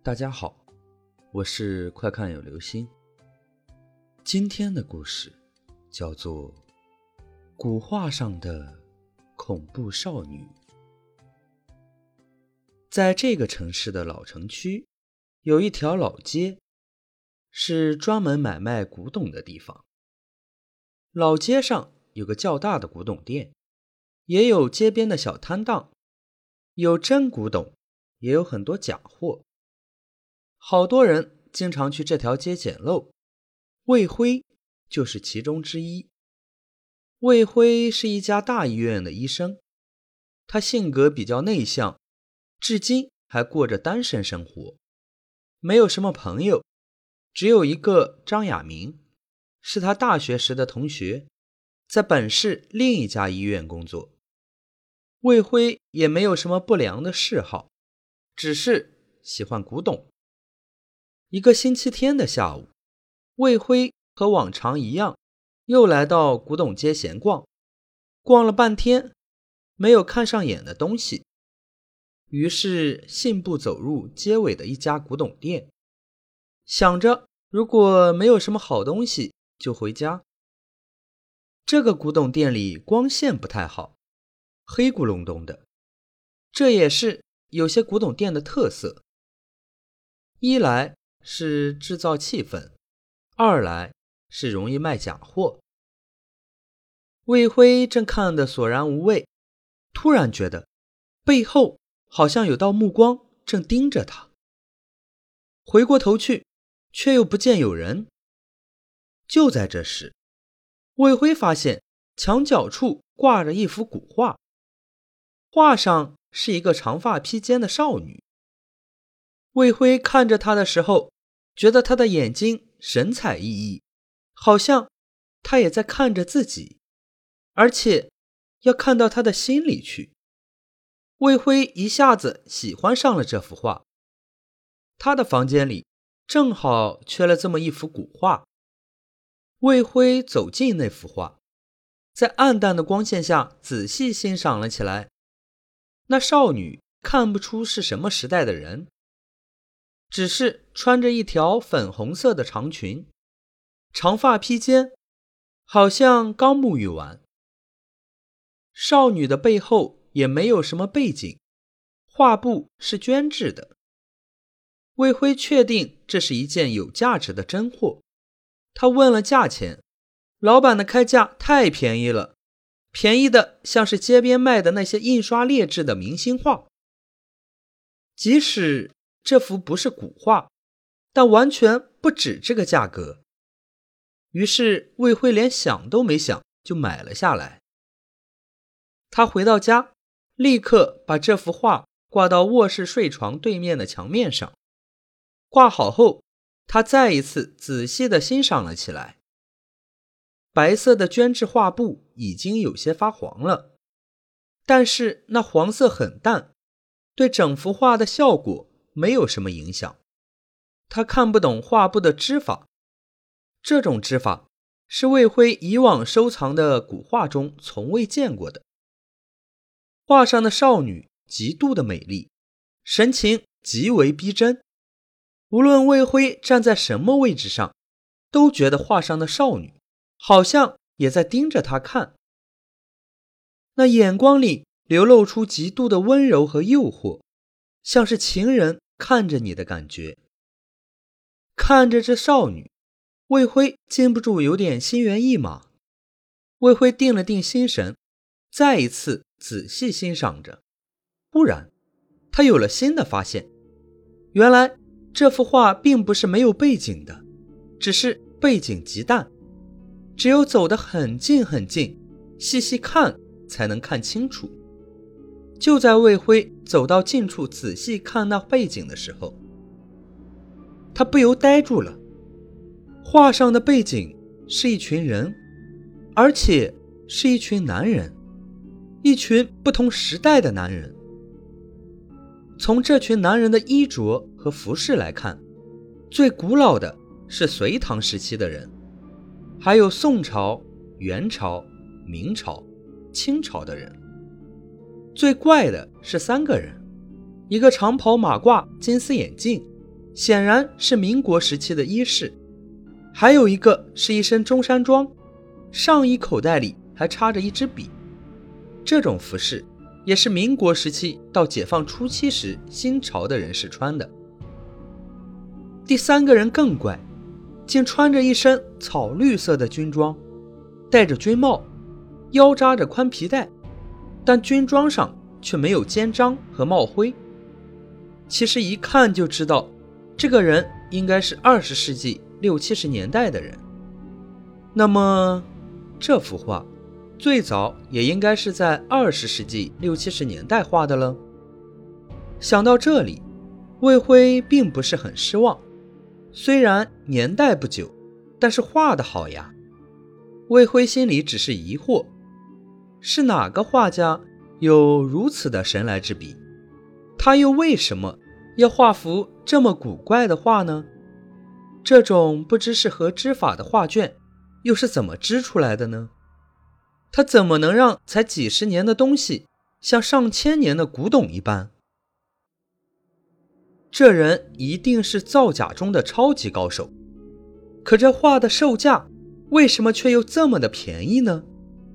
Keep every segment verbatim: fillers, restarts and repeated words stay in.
大家好，我是快看有流星。今天的故事叫做古画上的恐怖少女。在这个城市的老城区，有一条老街，是专门买卖古董的地方。老街上有个较大的古董店，也有街边的小摊档，有真古董，也有很多假货。好多人经常去这条街捡漏，魏辉就是其中之一。魏辉是一家大医院的医生，他性格比较内向，至今还过着单身生活，没有什么朋友，只有一个张亚明，是他大学时的同学，在本市另一家医院工作。魏辉也没有什么不良的嗜好，只是喜欢古董。一个星期天的下午，魏辉和往常一样，又来到古董街闲逛，逛了半天，没有看上眼的东西，于是信步走入街尾的一家古董店，想着如果没有什么好东西就回家。这个古董店里光线不太好，黑咕隆咚的，这也是有些古董店的特色。一来是制造气氛，二来是容易卖假货。魏辉正看得索然无味，突然觉得背后好像有道目光正盯着他。回过头去，却又不见有人。就在这时，魏辉发现墙角处挂着一幅古画，画上是一个长发披肩的少女。魏辉看着她的时候，觉得她的眼睛神采奕奕，好像她也在看着自己，而且要看到她的心里去。魏辉一下子喜欢上了这幅画。他的房间里正好缺了这么一幅古画。魏辉走进那幅画，在暗淡的光线下仔细欣赏了起来。那少女看不出是什么时代的人，只是穿着一条粉红色的长裙，长发披肩，好像刚沐浴完。少女的背后也没有什么背景，画布是绢制的。魏辉确定这是一件有价值的真货，他问了价钱，老板的开价太便宜了，便宜的像是街边卖的那些印刷劣质的明星画。即使这幅不是古画，但完全不止这个价格。于是魏辉连想都没想就买了下来。他回到家，立刻把这幅画挂到卧室睡床对面的墙面上。挂好后，他再一次仔细地欣赏了起来。白色的绢制画布已经有些发黄了，但是那黄色很淡，对整幅画的效果没有什么影响。他看不懂画布的织法，这种织法是魏辉以往收藏的古画中从未见过的。画上的少女极度的美丽，神情极为逼真。无论魏辉站在什么位置上，都觉得画上的少女好像也在盯着他看。那眼光里流露出极度的温柔和诱惑，像是情人看着你的感觉。看着这少女，魏辉禁不住有点心猿意马。魏辉定了定心神，再一次仔细欣赏着。忽然他有了新的发现，原来这幅画并不是没有背景的，只是背景极淡，只有走得很近很近，细细看才能看清楚。就在魏辉走到近处仔细看那背景的时候，他不由呆住了。画上的背景是一群人，而且是一群男人，一群不同时代的男人。从这群男人的衣着和服饰来看，最古老的是隋唐时期的人，还有宋朝、元朝、明朝、清朝的人。最怪的是三个人，一个长袍马褂金丝眼镜， 显然是民国时期的衣饰，还有一个是一身中山装，上衣口袋里还插着一支笔。这种服饰也是民国时期到解放初期时新潮的人士穿的。第三个人更怪，竟穿着一身草绿色的军装，戴着军帽，腰扎着宽皮带，但军装上却没有肩章和帽徽。其实一看就知道，这个人应该是二十世纪六七十年代的人。那么这幅画最早也应该是在二十世纪六七十年代画的了。想到这里，魏辉并不是很失望，虽然年代不久，但是画得好呀。魏辉心里只是疑惑，是哪个画家有如此的神来之笔？他又为什么要画幅这么古怪的画呢？这种不知是何织法的画卷又是怎么织出来的呢？他怎么能让才几十年的东西像上千年的古董一般？这人一定是造假中的超级高手，可这画的售价为什么却又这么的便宜呢？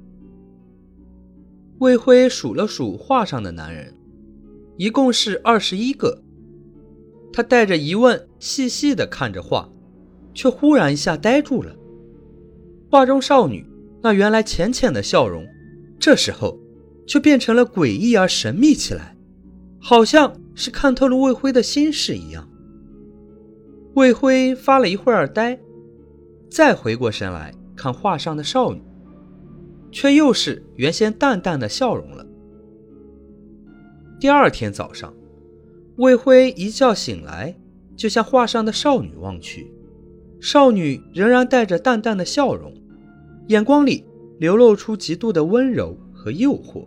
魏辉数了数画上的男人，一共是二十一个。他带着疑问细细地看着画，却忽然一下呆住了。画中少女那原来浅浅的笑容，这时候却变成了诡异而神秘起来，好像是看透了魏辉的心事一样。魏辉发了一会儿呆，再回过神来看画上的少女，却又是原先淡淡的笑容了。第二天早上，魏辉一觉醒来，就向画上的少女望去，少女仍然带着淡淡的笑容，眼光里流露出极度的温柔和诱惑。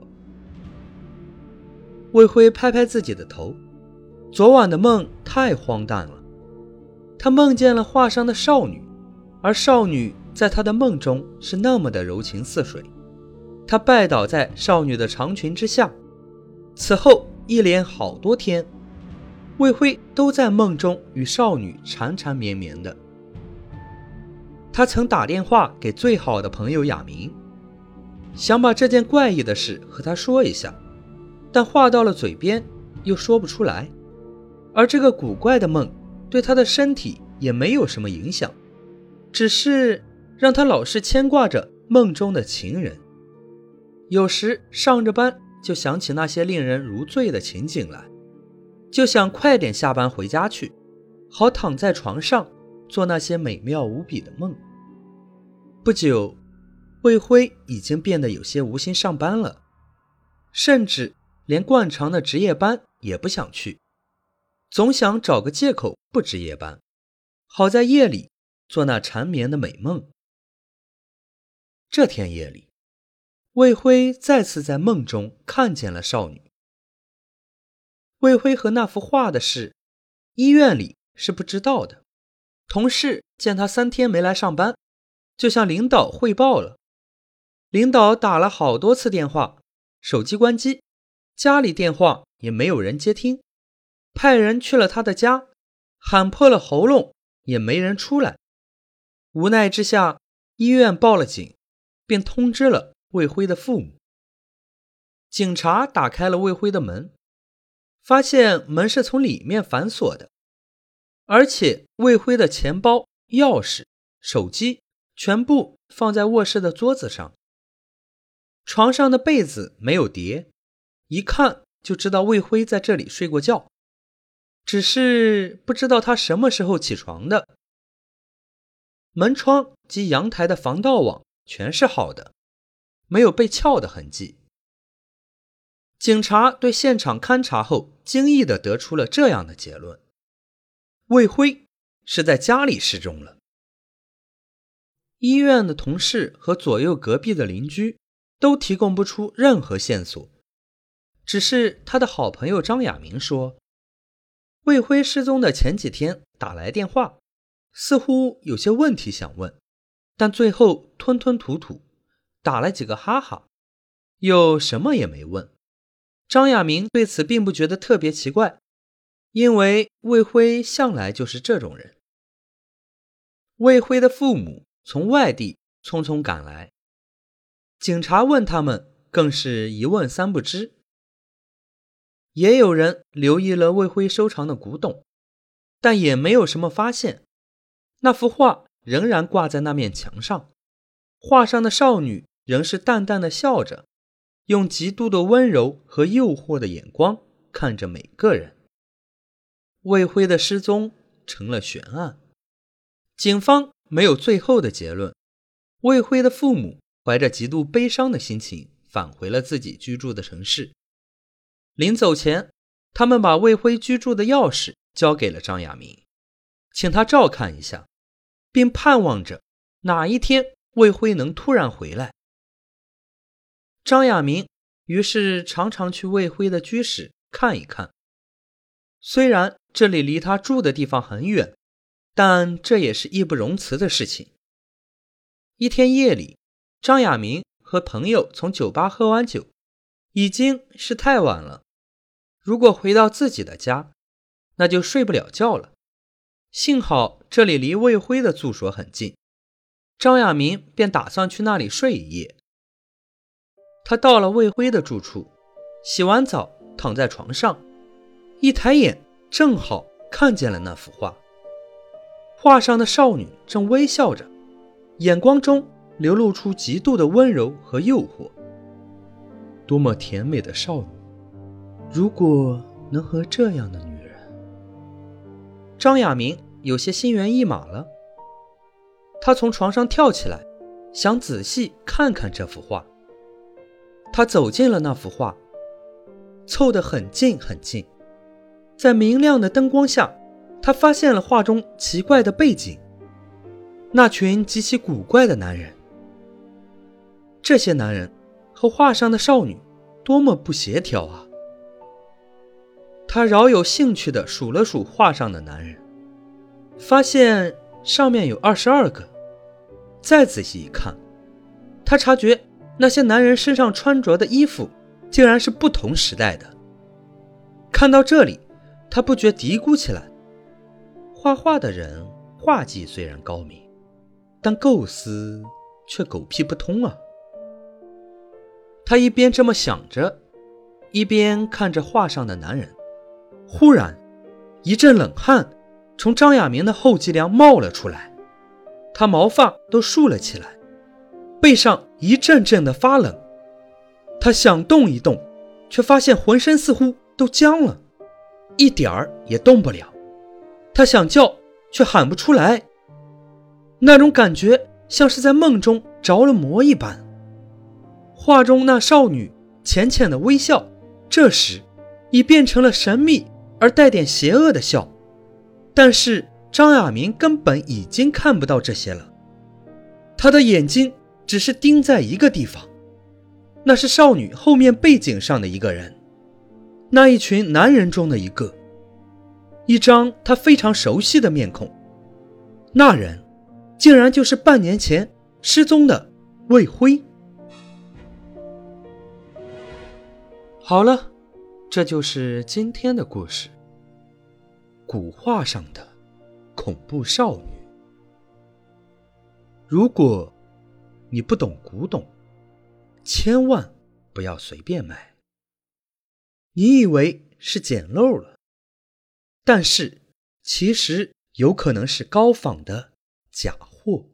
魏辉拍拍自己的头，昨晚的梦太荒诞了。他梦见了画上的少女，而少女在他的梦中是那么的柔情似水。他拜倒在少女的长裙之下，此后一连好多天，魏辉都在梦中与少女缠缠绵绵的。他曾打电话给最好的朋友亚明，想把这件怪异的事和他说一下，但话到了嘴边又说不出来。而这个古怪的梦对他的身体也没有什么影响，只是让他老是牵挂着梦中的情人。有时上着班就想起那些令人如醉的情景来，就想快点下班回家去，好躺在床上做那些美妙无比的梦。不久，魏辉已经变得有些无心上班了，甚至连惯常的值夜班也不想去，总想找个借口不值夜班，好在夜里做那缠绵的美梦。这天夜里，魏辉再次在梦中看见了少女。魏辉和那幅画的事，医院里是不知道的。同事见他三天没来上班，就向领导汇报了。领导打了好多次电话，手机关机，家里电话也没有人接听，派人去了他的家，喊破了喉咙也没人出来。无奈之下，医院报了警，便通知了魏辉的父母。警察打开了魏辉的门，发现门是从里面反锁的，而且魏辉的钱包、钥匙、手机全部放在卧室的桌子上。床上的被子没有叠，一看就知道魏辉在这里睡过觉，只是不知道他什么时候起床的。门窗及阳台的防盗网全是好的，没有被撬的痕迹。警察对现场勘查后，惊异地得出了这样的结论：魏辉是在家里失踪了。医院的同事和左右隔壁的邻居都提供不出任何线索，只是他的好朋友张亚明说，魏辉失踪的前几天打来电话，似乎有些问题想问，但最后吞吞吐吐，打了几个哈哈，又什么也没问。张亚明对此并不觉得特别奇怪， 因为魏辉向来就是这种人。魏辉的父母从外地匆匆赶来，警察问他们更是一问三不知。也有人留意了魏辉收藏的古董，但也没有什么发现。那幅画仍然挂在那面墙上，画上的少女仍是淡淡的笑着，用极度的温柔和诱惑的眼光看着每个人。魏辉的失踪成了悬案，警方没有最后的结论。魏辉的父母怀着极度悲伤的心情返回了自己居住的城市。临走前，他们把魏辉居住的钥匙交给了张亚明，请他照看一下，并盼望着哪一天魏辉能突然回来。张亚明于是常常去魏辉的居室看一看，虽然这里离他住的地方很远，但这也是义不容辞的事情。一天夜里，张亚明和朋友从酒吧喝完酒，已经是太晚了，如果回到自己的家，那就睡不了觉了。幸好这里离魏辉的住所很近，张亚明便打算去那里睡一夜。他到了魏辉的住处，洗完澡躺在床上，一抬眼正好看见了那幅画。画上的少女正微笑着，眼光中流露出极度的温柔和诱惑。多么甜美的少女，如果能和这样的女人。张亚明有些心猿意马了，他从床上跳起来，想仔细看看这幅画。他走进了那幅画，凑得很近很近，在明亮的灯光下，他发现了画中奇怪的背景，那群极其古怪的男人。这些男人和画上的少女多么不协调啊！他饶有兴趣地数了数画上的男人，发现上面有二十二个。再仔细一看，他察觉那些男人身上穿着的衣服竟然是不同时代的。看到这里，他不觉嘀咕起来，画画的人画技虽然高明，但构思却狗屁不通啊。他一边这么想着，一边看着画上的男人。忽然一阵冷汗从张亚明的后脊梁冒了出来，他毛发都竖了起来，背上一阵阵的发冷。他想动一动，却发现浑身似乎都僵了，一点儿也动不了。他想叫，却喊不出来，那种感觉像是在梦中着了魔一般。画中那少女浅浅的微笑，这时已变成了神秘而带点邪恶的笑，但是张亚明根本已经看不到这些了。他的眼睛只是盯在一个地方，那是少女后面背景上的一个人，那一群男人中的一个，一张他非常熟悉的面孔。那人竟然就是半年前失踪的魏辉。好了，这就是今天的故事，古画上的恐怖少女。如果你不懂古董，千万不要随便买。你以为是捡漏了，但是其实有可能是高仿的假货。